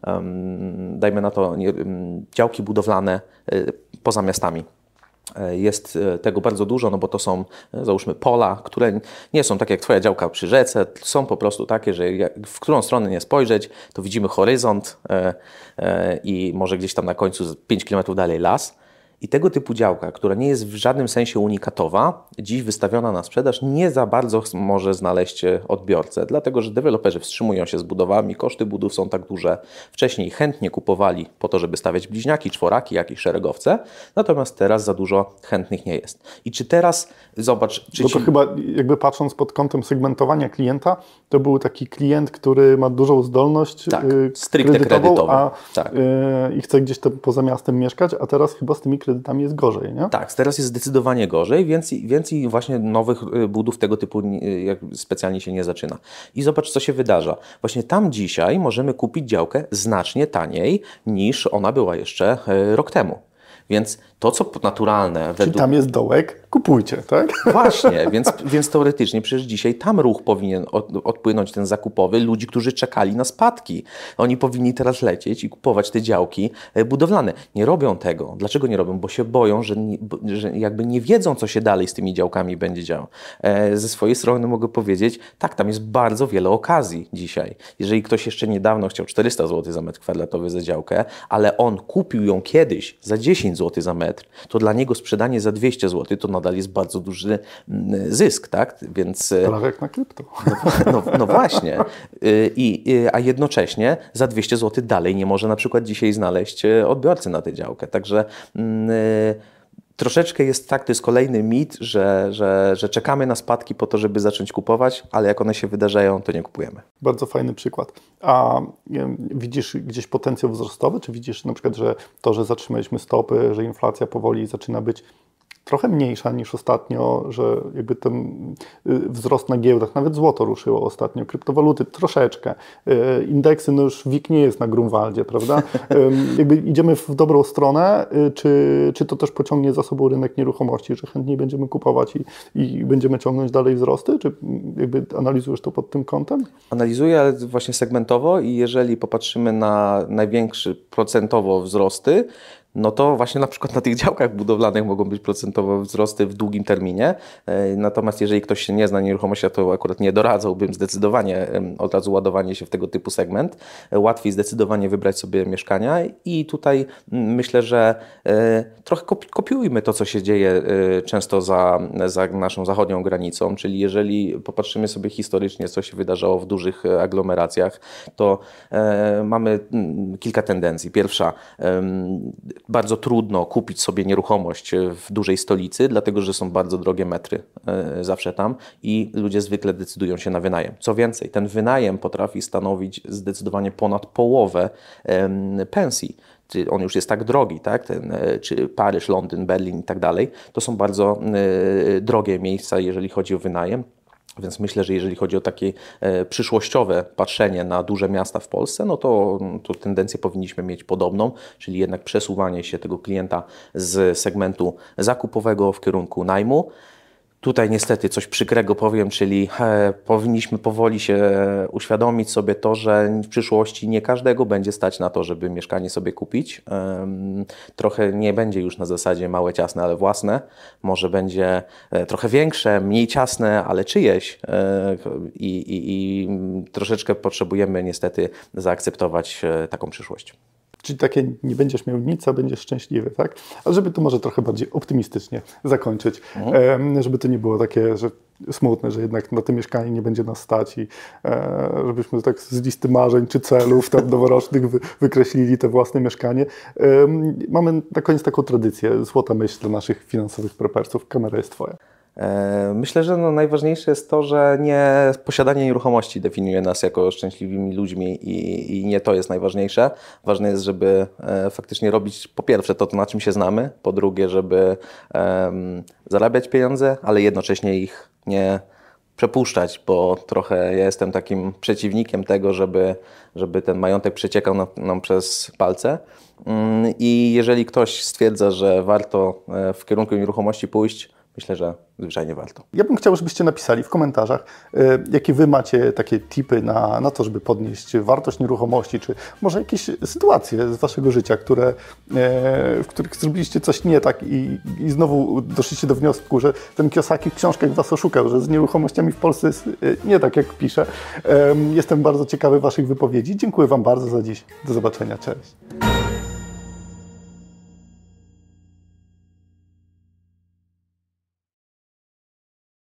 Speaker 1: Um, dajmy na to nie, um, działki budowlane y, poza miastami. Y, jest y, tego bardzo dużo, no bo to są, y, załóżmy, pola, które nie są tak jak twoja działka przy rzece, są po prostu takie, że jak, w którą stronę nie spojrzeć, to widzimy horyzont y, y, i może gdzieś tam na końcu pięć kilometrów dalej las. I tego typu działka, która nie jest w żadnym sensie unikatowa, dziś wystawiona na sprzedaż, nie za bardzo może znaleźć odbiorcę, dlatego że deweloperzy wstrzymują się z budowami, koszty budów są tak duże. Wcześniej chętnie kupowali po to, żeby stawiać bliźniaki, czworaki, jakieś szeregowce, natomiast teraz za dużo chętnych nie jest. I czy teraz, zobacz... Czy
Speaker 2: Bo to
Speaker 1: ci...
Speaker 2: chyba jakby patrząc pod kątem segmentowania klienta, to był taki klient, który ma dużą zdolność
Speaker 1: tak,
Speaker 2: y,
Speaker 1: stricte kredytową,
Speaker 2: a,
Speaker 1: tak.
Speaker 2: y, i chce gdzieś tam poza miastem mieszkać, a teraz chyba z tymi kredytami jest gorzej, nie?
Speaker 1: Tak, teraz jest zdecydowanie gorzej, więc, więc i właśnie nowych budów tego typu jak specjalnie się nie zaczyna. I zobacz, co się wydarza. Właśnie tam dzisiaj możemy kupić działkę znacznie taniej niż ona była jeszcze rok temu. Więc to, co naturalne...
Speaker 2: Czyli
Speaker 1: według...
Speaker 2: tam jest dołek, kupujcie, tak?
Speaker 1: Właśnie, więc, więc teoretycznie przecież dzisiaj tam ruch powinien od, odpłynąć ten zakupowy ludzi, którzy czekali na spadki. Oni powinni teraz lecieć i kupować te działki budowlane. Nie robią tego. Dlaczego nie robią? Bo się boją, że, nie, że jakby nie wiedzą, co się dalej z tymi działkami będzie działo. E, ze swojej strony mogę powiedzieć, tak, tam jest bardzo wiele okazji dzisiaj. Jeżeli ktoś jeszcze niedawno chciał czterysta złotych za metr kwadratowy za działkę, ale on kupił ją kiedyś za dziesięć złotych za metr, to dla niego sprzedanie za dwieście złotych to nadal jest bardzo duży zysk, tak? Więc...
Speaker 2: Prawie jak na krypto.
Speaker 1: No, no, no właśnie. I, a jednocześnie za dwieście złotych dalej nie może na przykład dzisiaj znaleźć odbiorcy na tę działkę. Także mm, troszeczkę jest tak, to jest kolejny mit, że, że, że czekamy na spadki po to, żeby zacząć kupować, ale jak one się wydarzają, to nie kupujemy.
Speaker 2: Bardzo fajny przykład. A widzisz gdzieś potencjał wzrostowy? Czy widzisz na przykład, że to, że zatrzymaliśmy stopy, że inflacja powoli zaczyna być trochę mniejsza niż ostatnio, że jakby ten wzrost na giełdach, nawet złoto ruszyło ostatnio, kryptowaluty troszeczkę, indeksy, no już W I K nie jest na Grunwaldzie, prawda? Jakby idziemy w dobrą stronę, czy, czy to też pociągnie za sobą rynek nieruchomości, że chętniej będziemy kupować i, i będziemy ciągnąć dalej wzrosty? Czy jakby analizujesz to pod tym kątem?
Speaker 1: Analizuję, ale właśnie segmentowo i jeżeli popatrzymy na największy procentowo wzrosty, no to właśnie na przykład na tych działkach budowlanych mogą być procentowe wzrosty w długim terminie. Natomiast jeżeli ktoś się nie zna nieruchomości, to akurat nie doradzałbym zdecydowanie od razu ładowanie się w tego typu segment. Łatwiej zdecydowanie wybrać sobie mieszkania i tutaj myślę, że trochę kopiujmy to, co się dzieje często za, za naszą zachodnią granicą, czyli jeżeli popatrzymy sobie historycznie, co się wydarzało w dużych aglomeracjach, to mamy kilka tendencji. Pierwsza, bardzo trudno kupić sobie nieruchomość w dużej stolicy, dlatego że są bardzo drogie metry zawsze tam i ludzie zwykle decydują się na wynajem. Co więcej, ten wynajem potrafi stanowić zdecydowanie ponad połowę pensji. On już jest tak drogi, tak? Ten, czy Paryż, Londyn, Berlin i tak dalej. To są bardzo drogie miejsca, jeżeli chodzi o wynajem. Więc myślę, że jeżeli chodzi o takie e, przyszłościowe patrzenie na duże miasta w Polsce, no to, to tendencję powinniśmy mieć podobną, czyli jednak przesuwanie się tego klienta z segmentu zakupowego w kierunku najmu. Tutaj niestety coś przykrego powiem, czyli e, powinniśmy powoli się uświadomić sobie to, że w przyszłości nie każdego będzie stać na to, żeby mieszkanie sobie kupić. E, trochę nie będzie już na zasadzie małe, ciasne, ale własne. Może będzie e, trochę większe, mniej ciasne, ale czyjeś. E, i, i, I troszeczkę potrzebujemy niestety zaakceptować e, taką przyszłość.
Speaker 2: Czyli takie nie będziesz miał nic, a będziesz szczęśliwy, tak? Ale żeby to może trochę bardziej optymistycznie zakończyć, mhm. żeby to nie było takie, że smutne, że jednak na to mieszkanie nie będzie nas stać i e, żebyśmy tak z listy marzeń czy celów tam noworocznych wy, wykreślili te własne mieszkanie. E, mamy na koniec taką tradycję, złota myśl dla naszych finansowych prepersów. Kamera jest Twoja.
Speaker 1: Myślę, że no najważniejsze jest to, że nie posiadanie nieruchomości definiuje nas jako szczęśliwymi ludźmi i, i nie to jest najważniejsze. Ważne jest, żeby e, faktycznie robić po pierwsze to, na czym się znamy, po drugie, żeby e, zarabiać pieniądze, ale jednocześnie ich nie przepuszczać, bo trochę ja jestem takim przeciwnikiem tego, żeby, żeby ten majątek przeciekał nam, nam przez palce. I jeżeli ktoś stwierdza, że warto w kierunku nieruchomości pójść, myślę, że zwyczajnie warto.
Speaker 2: Ja bym chciał, żebyście napisali w komentarzach, e, jakie Wy macie takie tipy na, na to, żeby podnieść wartość nieruchomości, czy może jakieś sytuacje z Waszego życia, które, e, w których zrobiliście coś nie tak i, i znowu doszliście do wniosku, że ten Kiyosaki w książkach Was oszukał, że z nieruchomościami w Polsce jest e, nie tak, jak pisze. E, jestem bardzo ciekawy Waszych wypowiedzi. Dziękuję Wam bardzo za dziś. Do zobaczenia. Cześć.